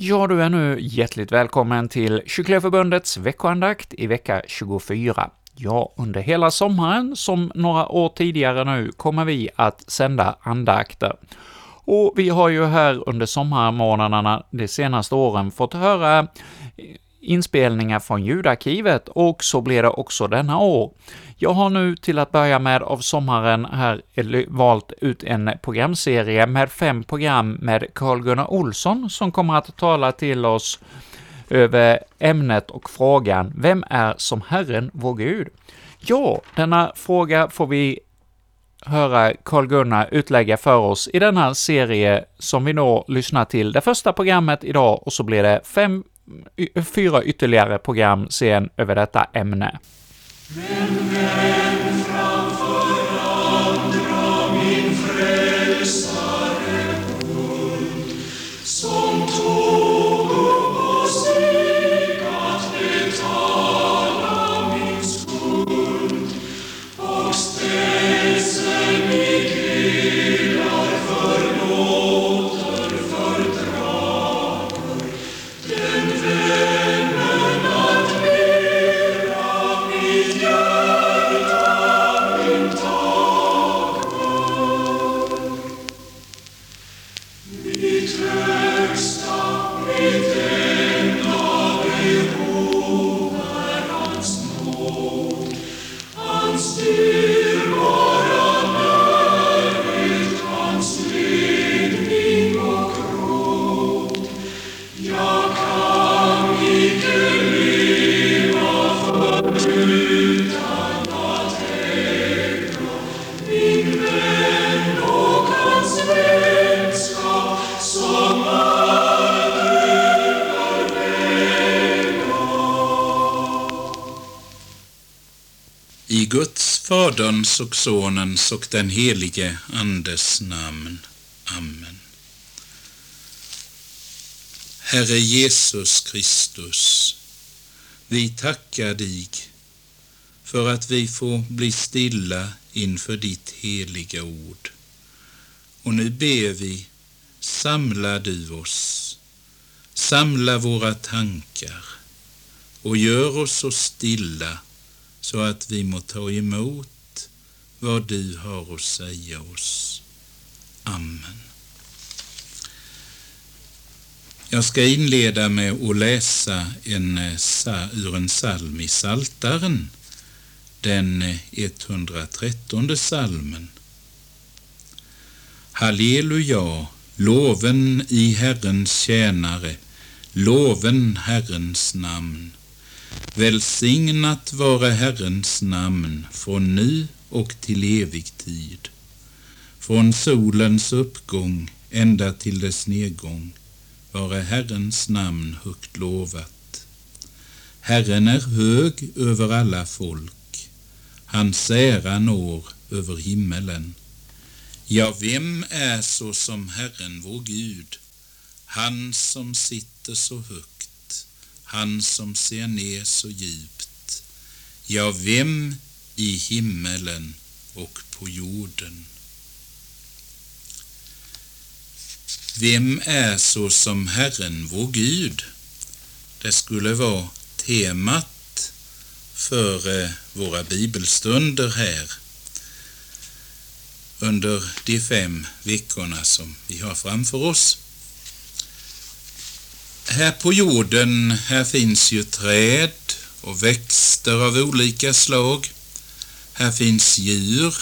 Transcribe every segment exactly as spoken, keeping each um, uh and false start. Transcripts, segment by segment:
Ja, du är nu hjärtligt välkommen till Kyrkliga Förbundets veckoandakt i vecka tjugofyra. Ja, under hela sommaren, som några år tidigare nu, kommer vi att sända andakter. Och vi har ju här under sommarmånaderna de senaste åren fått höra inspelningar från ljudarkivet, och så blir det också denna år. Jag har nu till att börja med av sommaren här valt ut en programserie med fem program med Carl-Gunnar Olsson som kommer att tala till oss över ämnet och frågan: vem är som Herren vår Gud? Ja, denna fråga får vi höra Carl-Gunnar utlägga för oss i denna serie som vi då lyssnar till det första programmet idag, och så blir det fem, fyra ytterligare program sen över detta ämne. Men vem framför andra min frälsare hund, som tog upp på sig att betala min skuld, och städseln mig helar, förlåter, fördrager, den vännen att mera mitt hjärta intager. Mitt högsta, mitt enda behov är hans nåd, hans dyrbara närhet, hans ledning och råd. Jag kan icke leva förutan att äga min vän och hans vänskap som allt överväga. I Guds, Faderns och Sonens och den helige Andes namn. Amen. Herre Jesus Kristus, vi tackar dig för att vi får bli stilla inför ditt heliga ord. Och nu ber vi, samla du oss, samla våra tankar och gör oss så stilla så att vi må ta emot vad du har att säga oss. Amen. Jag ska inleda med att läsa en, ur en psalm i Psaltaren, den etthundratrettonde psalmen. Halleluja, loven i Herrens tjänare, loven Herrens namn. Välsignat vare Herrens namn från nu och till evig tid. Från solens uppgång ända till dess nedgång vare Herrens namn högt lovat. Herren är hög över alla folk, hans ära når över himmelen. Ja, vem är så som Herren vår Gud, han som sitter så högt, han som ser ner så djupt. Ja, vem i himmelen och på jorden? Vem är så som Herren vår Gud? Det skulle vara temat för våra bibelstunder här under de fem veckorna som vi har framför oss. Här på jorden, här finns ju träd och växter av olika slag. Här finns djur,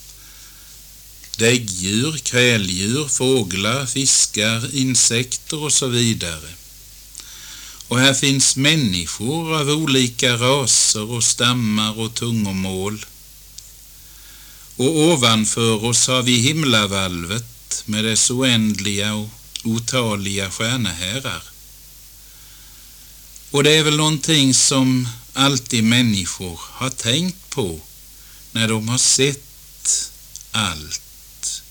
däggdjur, kräldjur, fåglar, fiskar, insekter och så vidare. Och här finns människor av olika raser och stammar och tungomål. Och ovanför oss har vi himlavalvet med dess oändliga och otaliga stjärnehärar. Och det är väl någonting som alltid människor har tänkt på när de har sett allt.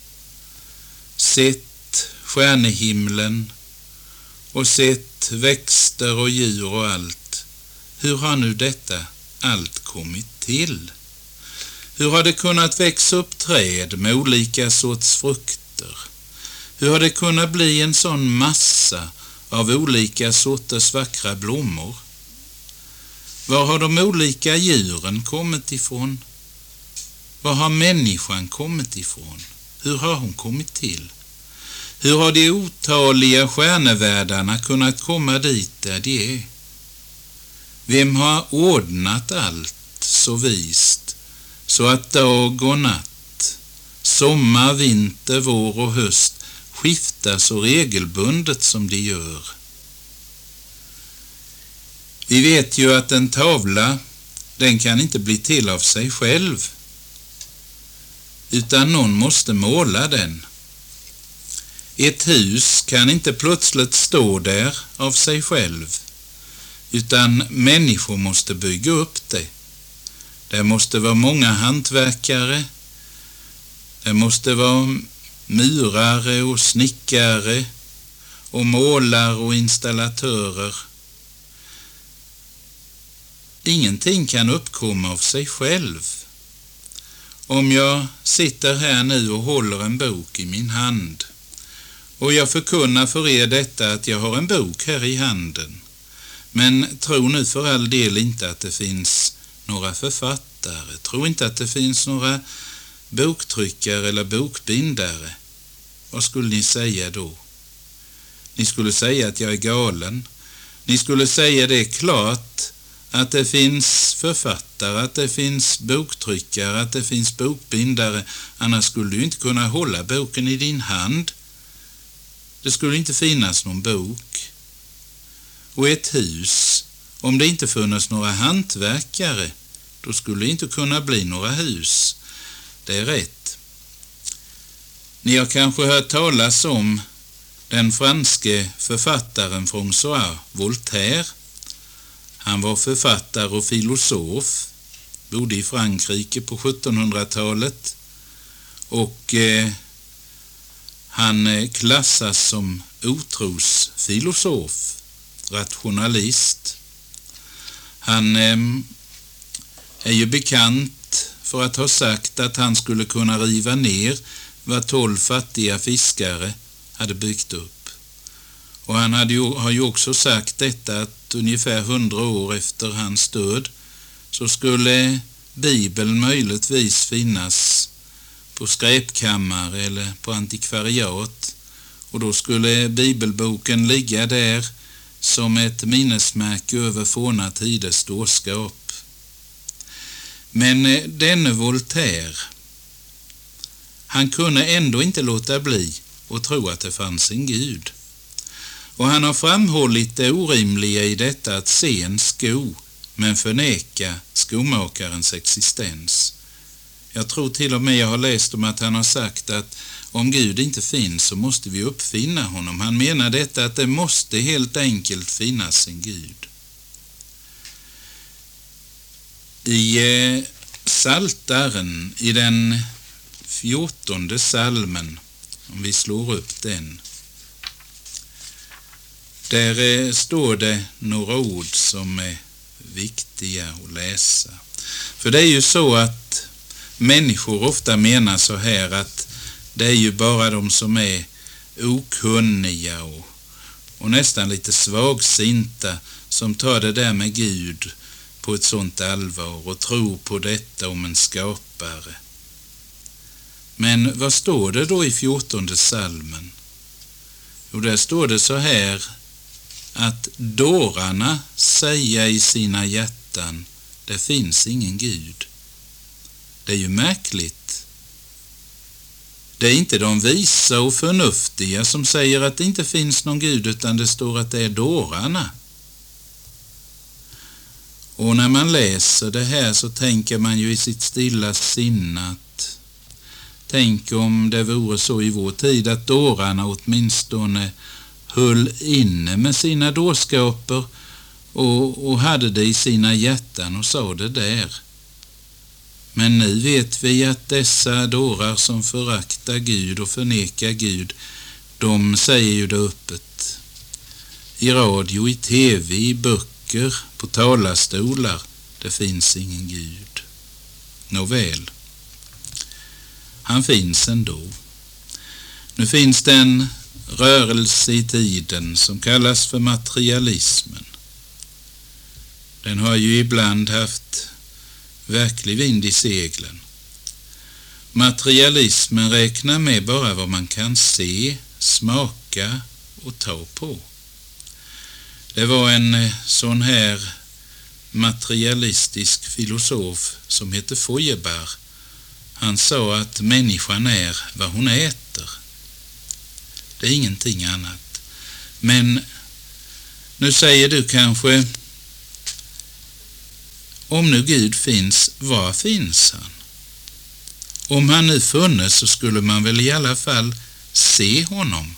Sett stjärnehimlen och sett växter och djur och allt. Hur har nu detta allt kommit till? Hur har det kunnat växa upp träd med olika sorts frukter? Hur har det kunnat bli en sån massa av olika sorters vackra blommor? Var har de olika djuren kommit ifrån? Var har människan kommit ifrån? Hur har hon kommit till? Hur har de otaliga stjärnevärldarna kunnat komma dit där de är? Vem har ordnat allt så vist, så att dag och natt, sommar, vinter, vår och höst skiftar så regelbundet som de gör? Vi vet ju att en tavla, den kan inte bli till av sig själv, utan någon måste måla den. Ett hus kan inte plötsligt stå där av sig själv, utan människor måste bygga upp det. Det måste vara många hantverkare, det måste vara murare och snickare och målare och installatörer. Ingenting kan uppkomma av sig själv. Om jag sitter här nu och håller en bok i min hand och jag förkunnar för er detta att jag har en bok här i handen, men tro nu för all del inte att det finns några författare, tro inte att det finns några boktryckare eller bokbindare. Vad skulle ni säga då? Ni skulle säga att jag är galen. Ni skulle säga det klart att det finns författare, att det finns boktryckare, att det finns bokbindare. Annars skulle du inte kunna hålla boken i din hand. Det skulle inte finnas någon bok. Och ett hus, om det inte funnits några hantverkare, då skulle det inte kunna bli några hus. Det är rätt. Ni har kanske hört talas om den franske författaren François Voltaire. Han var författare och filosof, bodde i Frankrike på sjuttonhundratalet och eh, han klassas som otrosfilosof, rationalist. Han eh, är ju bekant för att ha sagt att han skulle kunna riva ner vad tolv fattiga fiskare hade byggt upp. Och han hade ju, har ju också sagt detta att ungefär hundra år efter hans död så skulle Bibeln möjligtvis finnas på skräpkammare eller på antikvariat, och då skulle bibelboken ligga där som ett minnesmärke över forna tiders dårskap. Men denne Voltaire, han kunde ändå inte låta bli att tro att det fanns en Gud. Och han har framhållit det orimliga i detta att se en sko men förneka skomakarens existens. Jag tror till och med jag har läst om att han har sagt att om Gud inte finns så måste vi uppfinna honom. Han menar detta att det måste helt enkelt finnas en Gud. I eh, Psaltaren, i den fjortonde psalmen, om vi slår upp den, där eh, står det några ord som är viktiga att läsa. För det är ju så att människor ofta menar så här att det är ju bara de som är okunniga och, och nästan lite svagsinta som tar det där med Gud på ett sånt allvar och tror på detta om en skapare. Men vad står det då i fjortonde psalmen? Jo, där står det så här att dårarna säger i sina hjärtan, det finns ingen Gud. Det är ju märkligt. Det är inte de visa och förnuftiga som säger att det inte finns någon Gud, utan det står att det är dårarna. Och när man läser det här så tänker man ju i sitt stilla sinne att tänk om det vore så i vår tid att dårarna åtminstone höll inne med sina dårskaper och, och hade det i sina hjärtan och sa det där. Men nu vet vi att dessa dårar som föraktar Gud och förnekar Gud, de säger ju det öppet. I radio, i tv, i böcker, på talarstolar, det finns ingen Gud. Nåväl, han finns ändå. Nu finns det en rörelse i tiden som kallas för materialismen. Den har ju ibland haft verklig vind i seglen. Materialismen räknar med bara vad man kan se, smaka och ta på. Det var en sån här materialistisk filosof som heter Feuerbach. Han sa att människan är vad hon äter. Det är ingenting annat. Men nu säger du kanske, om nu Gud finns, var finns han? Om han nu funnes så skulle man väl i alla fall se honom.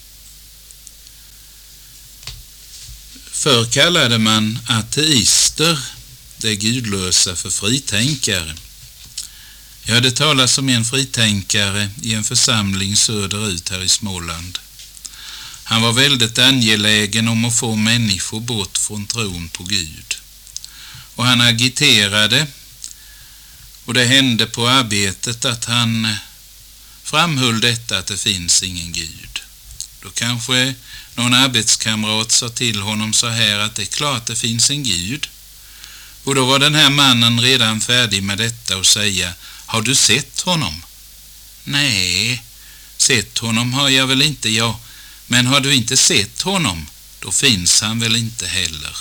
Förr kallade man ateister, det gudlösa, för fritänkare. Jag hade talat om en fritänkare i en församling söderut här i Småland. Han var väldigt angelägen om att få människor bort från tron på Gud. Och han agiterade, och det hände på arbetet att han framhöll detta att det finns ingen Gud. Då kanske någon arbetskamrat sa till honom så här att det är klart det finns en Gud. Och då var den här mannen redan färdig med detta och säga, har du sett honom? Nej, sett honom har jag väl inte, ja. Men har du inte sett honom, då finns han väl inte heller.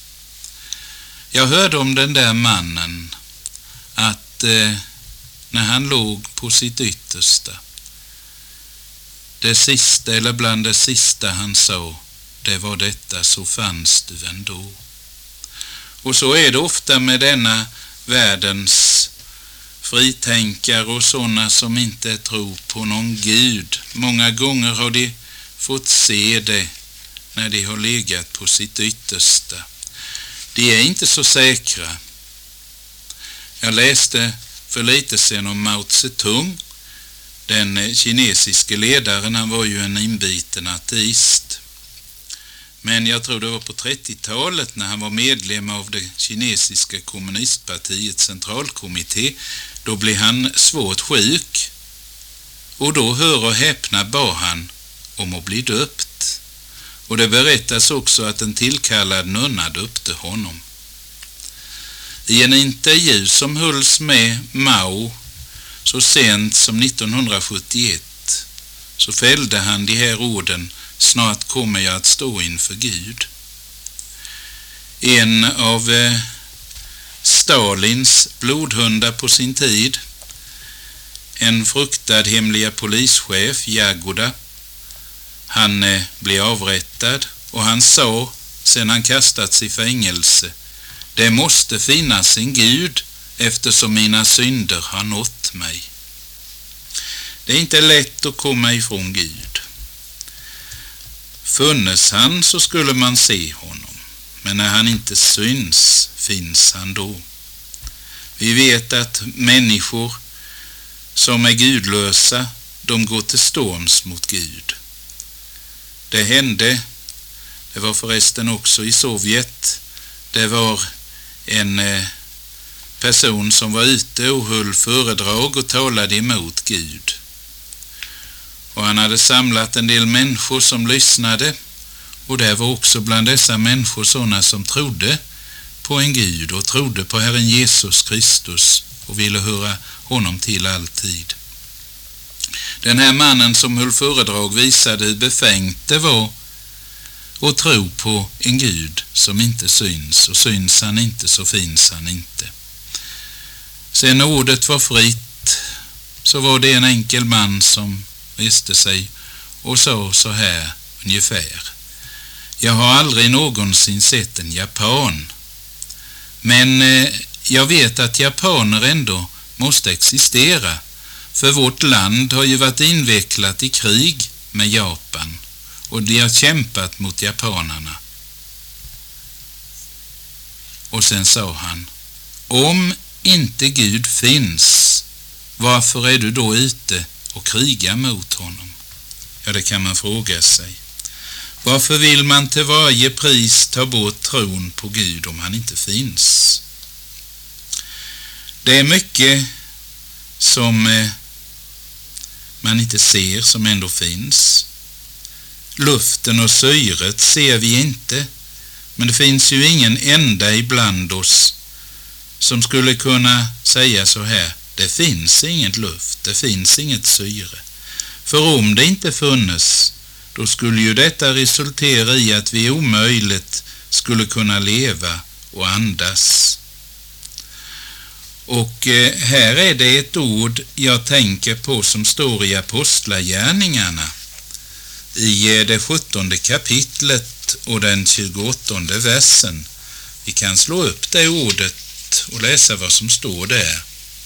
Jag hörde om den där mannen att eh, när han låg på sitt yttersta, det sista eller bland det sista han sa, det var detta, så fanns du ändå. Och så är det ofta med denna världens fritänkare och sådana som inte tror på någon Gud. Många gånger har de fått se det när de har legat på sitt yttersta. De är inte så säkra. Jag läste för lite sedan om Mao Zedong, den kinesiske ledaren. Han var ju en inbiten ateist. Men jag tror det var på trettiotalet när han var medlem av det kinesiska kommunistpartiets centralkommitté. Då blev han svårt sjuk. Och då, hör och häpna, bad han om att bli döpt. Och det berättas också att en tillkallad nunna döpte honom. I en intervju som hölls med Mao så sent som nittonhundrasjuttioett så fällde han de här orden: snart kommer jag att stå inför Gud. En av eh, Stalins blodhundar på sin tid, en fruktad hemliga polischef, Jagoda, han eh, blev avrättad och han sa, sedan han kastats i fängelse, det måste finnas en Gud eftersom mina synder har nått mig. Det är inte lätt att komma ifrån Gud. Funnes han så skulle man se honom, men när han inte syns finns han då. Vi vet att människor som är gudlösa, de går till storms mot Gud. Det hände, det var förresten också i Sovjet, det var en eh, person som var ute och höll föredrag och talade emot Gud. Och han hade samlat en del människor som lyssnade, och det var också bland dessa människor sådana som trodde på en Gud och trodde på Herren Jesus Kristus och ville höra honom till alltid. Den här mannen som höll föredrag visade hur befängt det var att tro på en Gud som inte syns, och syns han inte så finns han inte. Sen ordet var fritt så var det en enkel man som reste sig och sa så här ungefär: jag har aldrig någonsin sett en japan, men eh, jag vet att japaner ändå måste existera, för vårt land har ju varit invecklat i krig med Japan och de har kämpat mot japanerna. Och sen sa han: om inte Gud finns, varför är du då ute och krigar mot honom? Ja, det kan man fråga sig. Varför vill man till varje pris ta bort tron på Gud om han inte finns? Det är mycket som eh, man inte ser som ändå finns. luften och syret ser vi inte, men det finns ju ingen enda ibland oss som skulle kunna säga så här: det finns inget luft, det finns inget syre. För om det inte funnes, då skulle ju detta resultera i att vi omöjligt skulle kunna leva och andas. Och eh, här är det ett ord jag tänker på som står i Apostlagärningarna i eh, det sjuttonde kapitlet och den tjugoåttonde versen. Vi kan slå upp det ordet och läsa vad som står där.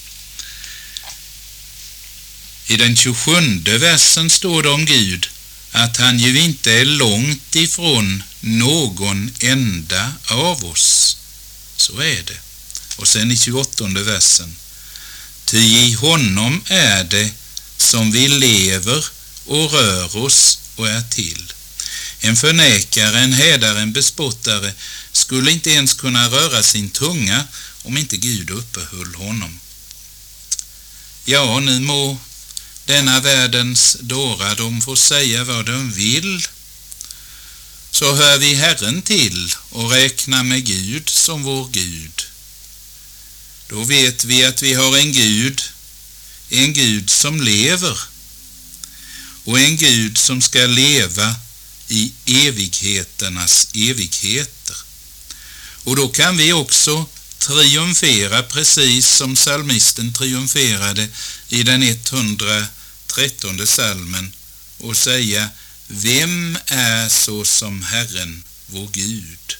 I den tjugosjunde versen står det om Gud att han ju inte är långt ifrån någon enda av oss. Så är det. Och sen i tjugoåttonde versen: ty i honom är det som vi lever och rör oss och är till. En förnekare, en hädare, en bespottare skulle inte ens kunna röra sin tunga om inte Gud uppehöll honom. Ja, nu må denna världens dårar, de får säga vad de vill, så hör vi Herren till och räknar med Gud som vår Gud. Då vet vi att vi har en Gud, en Gud som lever och en Gud som ska leva i evigheternas evigheter. Och då kan vi också triumfera precis som psalmisten triumferade i den etthundratrettonde psalmen och säga: vem är så som Herren vår Gud?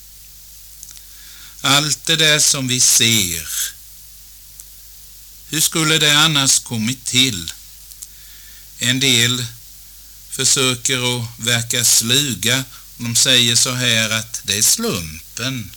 Allt det där som vi ser, hur skulle det annars kommit till? En del försöker att verka sluga och de säger så här att det är slumpen.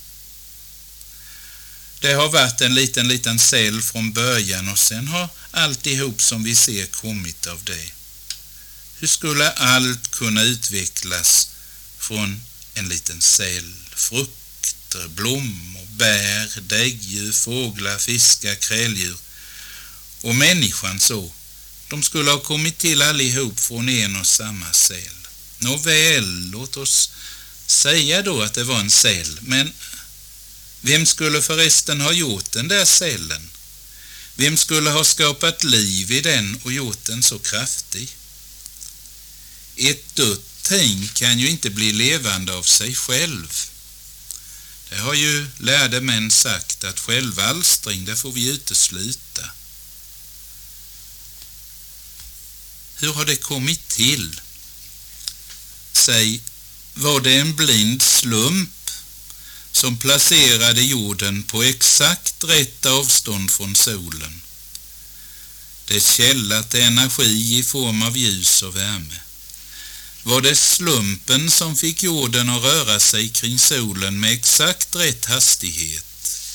Det har varit en liten liten cell från början och sen har alltihop som vi ser kommit av det. Hur skulle allt kunna utvecklas från en liten cell? Frukter, blommor, bär, däggdjur, fåglar, fiskar, kräldjur och människan så. De skulle ha kommit till allihop från en och samma cell. Nåväl, låt oss säga då att det var en cell, men vem skulle förresten ha gjort den där cellen? Vem skulle ha skapat liv i den och gjort den så kraftig? Ett dött ting kan ju inte bli levande av sig själv. Det har ju lärde män sagt att självalstring, det får vi utesluta. Hur har det kommit till? Säg, var det en blind slump som placerade jorden på exakt rätt avstånd från solen? Dess källa till energi i form av ljus och värme. Var det slumpen som fick jorden att röra sig kring solen med exakt rätt hastighet?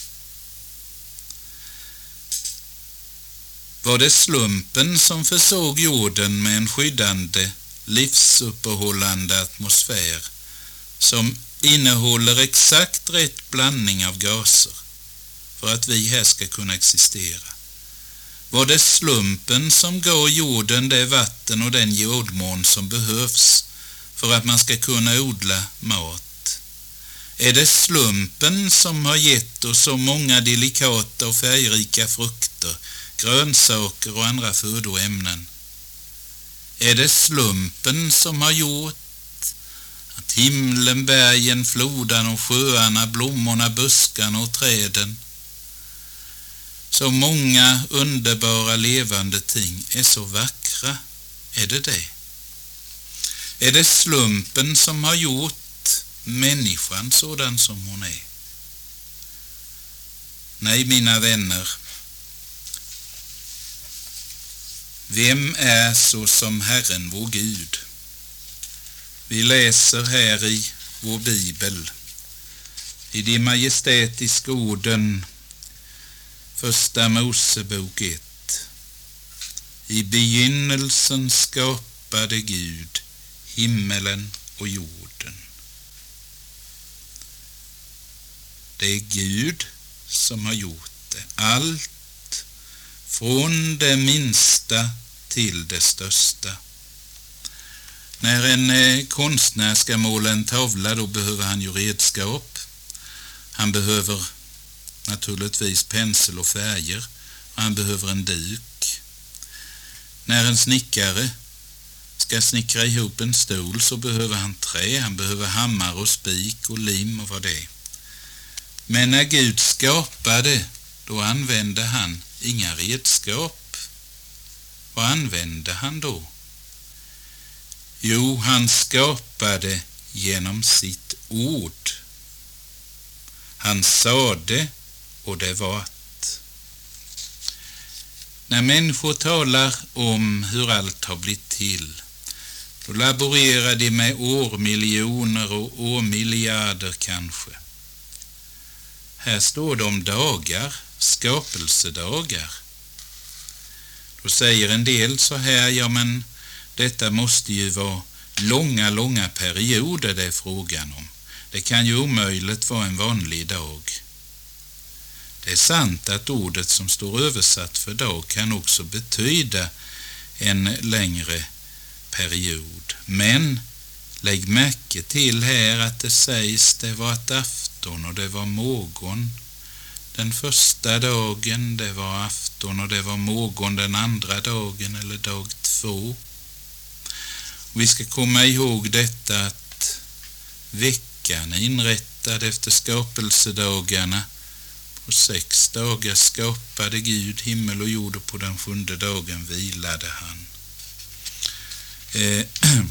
Var det slumpen som försåg jorden med en skyddande, livsuppehållande atmosfär som innehåller exakt rätt blandning av gaser för att vi här ska kunna existera? Var det slumpen som gav jorden det vatten och den jordmån som behövs för att man ska kunna odla mat? Är det slumpen som har gett oss så många delikata och färgrika frukter, grönsaker och andra födoämnen? Är det slumpen som har gjort att himlen, bergen, flodarna och sjöarna, blommorna, buskarna och träden, så många underbara levande ting, är så vackra? Är det det? Är det slumpen som har gjort människan sådan som hon är? Nej, mina vänner. Vem är så som Herren vår Gud? Vi läser här i vår bibel, i de majestätiska orden, Första Mosebok ett. I begynnelsen skapade Gud himmelen och jorden. Det är Gud som har gjort det. Allt från det minsta till det största. När en eh, konstnär ska måla en tavla, då behöver han ju redskap. Han behöver naturligtvis pensel och färger, och han behöver en duk. När en snickare ska snickra ihop en stol, så behöver han trä, han behöver hammare och spik och lim och vad det är. Men när Gud skapade, då använde han inga redskap. Vad använde han då? Jo, han skapade genom sitt ord. Han sade, och det var att. När människor talar om hur allt har blivit till, då laborerar de med årmiljoner och årmiljarder kanske. Här står det om dagar, skapelsedagar. Då säger en del så här, ja men detta måste ju vara långa, långa perioder det är frågan om. Det kan ju omöjligt vara en vanlig dag. Det är sant att ordet som står översatt för dag kan också betyda en längre period. Men lägg märke till här att det sägs det var ett afton och det var morgon. Den första dagen det var afton och det var morgon den andra dagen eller dag två. Och vi ska komma ihåg detta att veckan är inrättad efter skapelsedagarna. På sex dagar skapade Gud himmel och jord och på den sjunde dagen vilade han. Eh,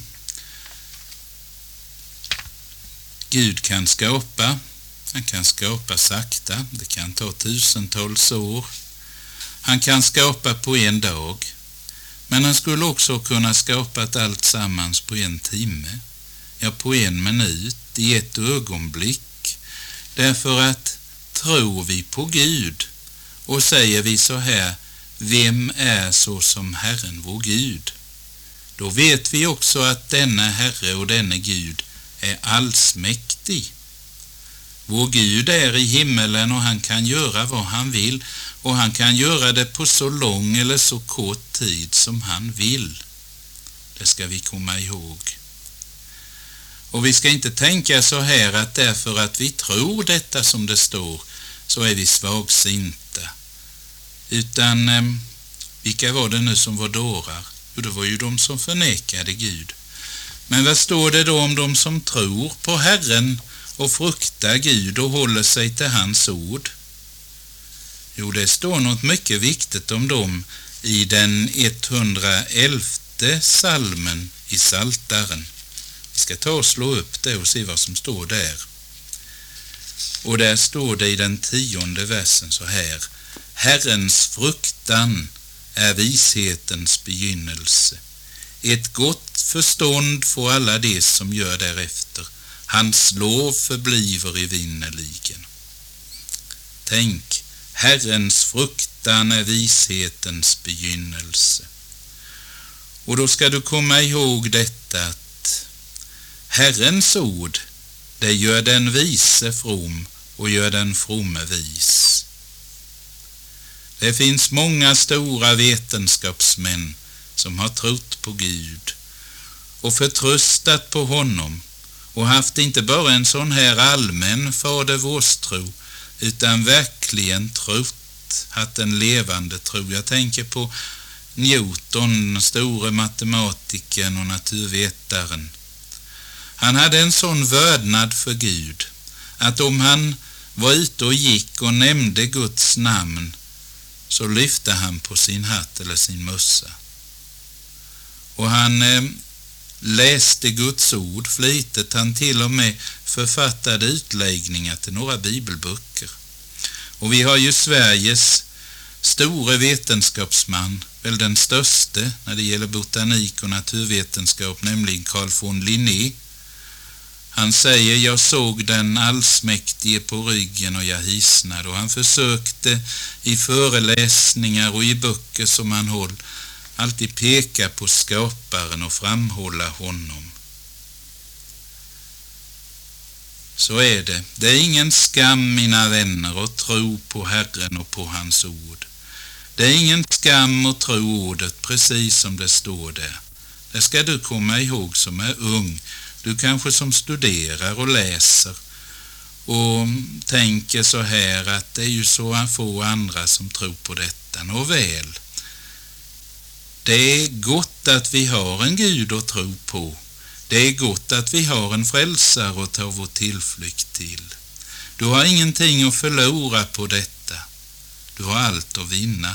Gud kan skapa, han kan skapa sakta, det kan ta tusentals år. Han kan skapa på en dag, men han skulle också kunna skapa allt sammans på en timme, ja på en minut, i ett ögonblick. Därför att tror vi på Gud och säger vi så här, vem är så som Herren vår Gud? Då vet vi också att denna Herre och denne Gud är allsmäktig. Vår Gud är i himmelen och han kan göra vad han vill, och han kan göra det på så lång eller så kort tid som han vill. Det ska vi komma ihåg. Och vi ska inte tänka så här att därför att vi tror detta som det står så är vi svagsinta. Utan eh, vilka var det nu som var dårar? Jo, det var ju de som förnekade Gud. Men vad står det då om de som tror på Herren och fruktar Gud och håller sig till hans ord? Jo, det står något mycket viktigt om dem i den etthundraelfte salmen i Saltaren. Vi ska ta och slå upp det och se vad som står där. Och där står det i den tionde versen så här: Herrens fruktan är vishetens begynnelse. Ett gott förstånd får alla de som gör därefter. Hans lov förbliver evinnerligen. Tänk, Herrens fruktan är vishetens begynnelse. Och då ska du komma ihåg detta att Herrens ord, det gör den vise from och gör den fromme vis. Det finns många stora vetenskapsmän som har trott på Gud och förtröstat på honom och haft inte bara en sån här allmän fader vårs tro, utan verkligen trott, haft en levande tro. Jag tänker på Newton, den store matematikern och naturvetaren. Han hade en sån vördnad för Gud att om han var ute och gick och nämnde Guds namn så lyfte han på sin hatt eller sin mössa. Och han eh, läste Guds ord flitigt. Han till och med författade utläggningar till några bibelböcker. Och vi har ju Sveriges store vetenskapsman, väl den störste när det gäller botanik och naturvetenskap, nämligen Carl von Linné. Han säger, jag såg den allsmäktige på ryggen och jag hisnade. Och han försökte i föreläsningar och i böcker som han håll alltid peka på skaparen och framhålla honom. Så är det. Det är ingen skam, mina vänner, att tro på Herren och på hans ord. Det är ingen skam att tro ordet precis som det står där. Det ska du komma ihåg som är ung. Du kanske som studerar och läser och tänker så här att det är ju så få andra som tror på detta. Nåväl, det är gott att vi har en Gud att tro på. Det är gott att vi har en frälsare att ta vår tillflykt till. Du har ingenting att förlora på detta. Du har allt att vinna.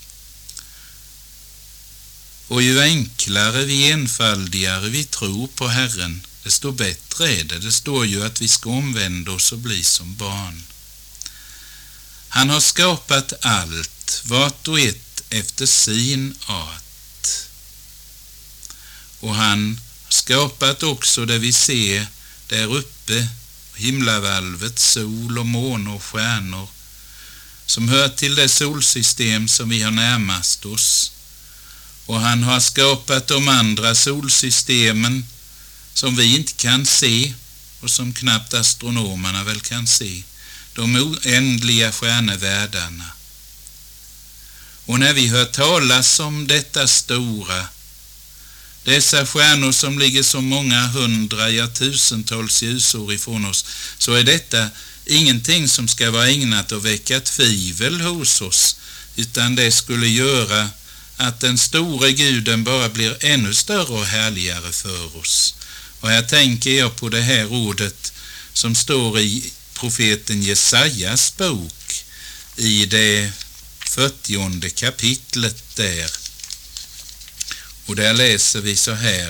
Och ju enklare vi enfaldigare vi tror på Herren, desto bättre är det. Det står ju att vi ska omvända oss och bli som barn. Han har skapat allt, vart och ett efter sin art. Och han har skapat också det vi ser där uppe, himlavalvet, sol och måne och stjärnor, som hör till det solsystem som vi har närmast oss. Och han har skapat de andra solsystemen som vi inte kan se och som knappt astronomerna väl kan se. De oändliga stjärnevärldarna. Och när vi hör talas om detta stora, dessa stjärnor som ligger så många hundra, ja tusentals ljusår ifrån oss, så är detta ingenting som ska vara ägnat att väcka tvivel hos oss, utan det skulle göra att den store guden bara blir ännu större och härligare för oss. Och här tänker jag på det här ordet som står i profeten Jesajas bok i det fyrtionde kapitlet där. Och där läser vi så här: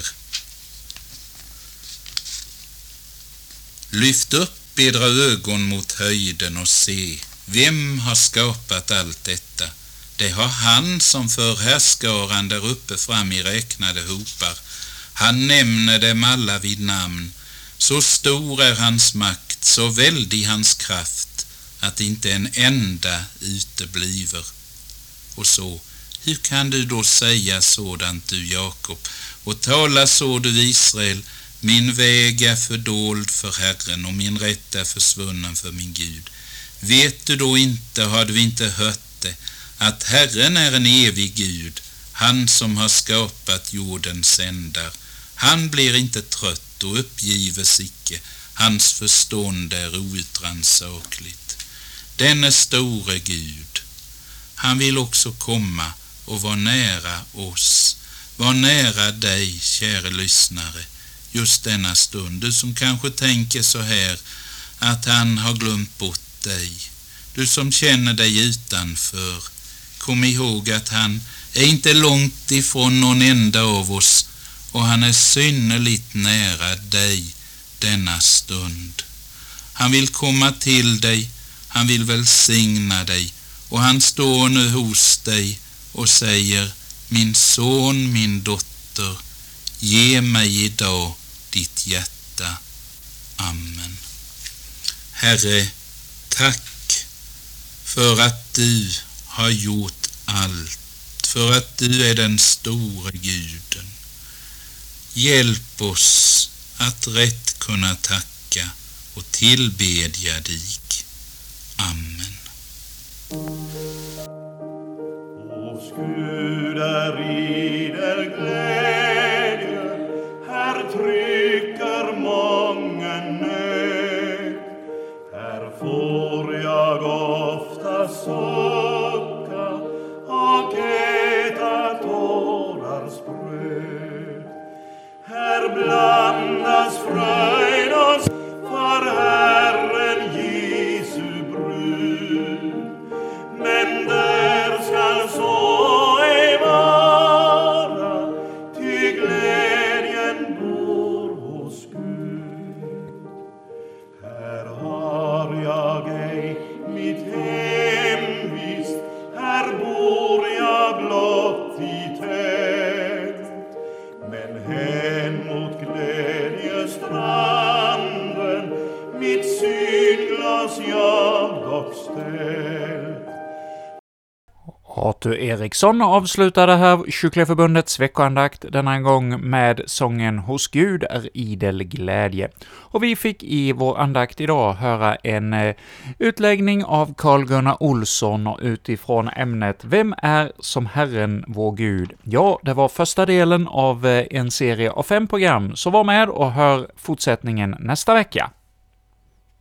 Lyft upp edra ögon mot höjden och se, vem har skapat allt detta? Det har han som för härskaran där uppe fram i räknade hopar. Han nämner dem alla vid namn. Så stor är hans makt, så väldig hans kraft, att inte en enda utebliver. Och så, hur kan du då säga sådant, du Jakob, och tala så, du Israel? Min väg är fördold för Herren, och min rätt är försvunnen för min Gud. Vet du då inte, har du inte hört det, att Herren är en evig Gud, han som har skapat jordens ändar. Han blir inte trött och uppgives icke, hans förstånd är outrannsakligt. Denne store Gud, han vill också komma och vara nära oss, vara nära dig, kära lyssnare, just denna stund. Du som kanske tänker så här att han har glömt bort dig, du som känner dig utanför, kom ihåg att han är inte långt ifrån någon enda av oss, och han är synnerligt nära dig denna stund. Han vill komma till dig, han vill välsigna dig, och han står nu hos dig och säger: min son, min dotter, ge mig idag ditt hjärta. Amen. Herre, tack för att du har gjort allt, för att du är den store Guden. Hjälp oss att rätt kunna tacka och tillbedja dig. Amen. Hos Gud är idel glädje, här trycker mången nöd. Här får jag ofta sucka och äta tårars bröd. Här blandas fröjd och för Herren Jesu brud. Men där skall så ej vara, ty glädjen bor hos Gud. Här har jag ej mitt hemvist, här bor jag blott i tält. Men hän mot glädjestranden mitt synglas jag dock ställt. Arthur Eriksson avslutade här Kycklingeförbundets veckoandakt, denna gång med sången ”Hos Gud är idel glädje”. Och vi fick i vår andakt idag höra en eh, utläggning av Carl-Gunnar Olsson utifrån ämnet ”Vem är som Herren vår Gud?” Ja, det var första delen av eh, en serie av fem program, så var med och hör fortsättningen nästa vecka.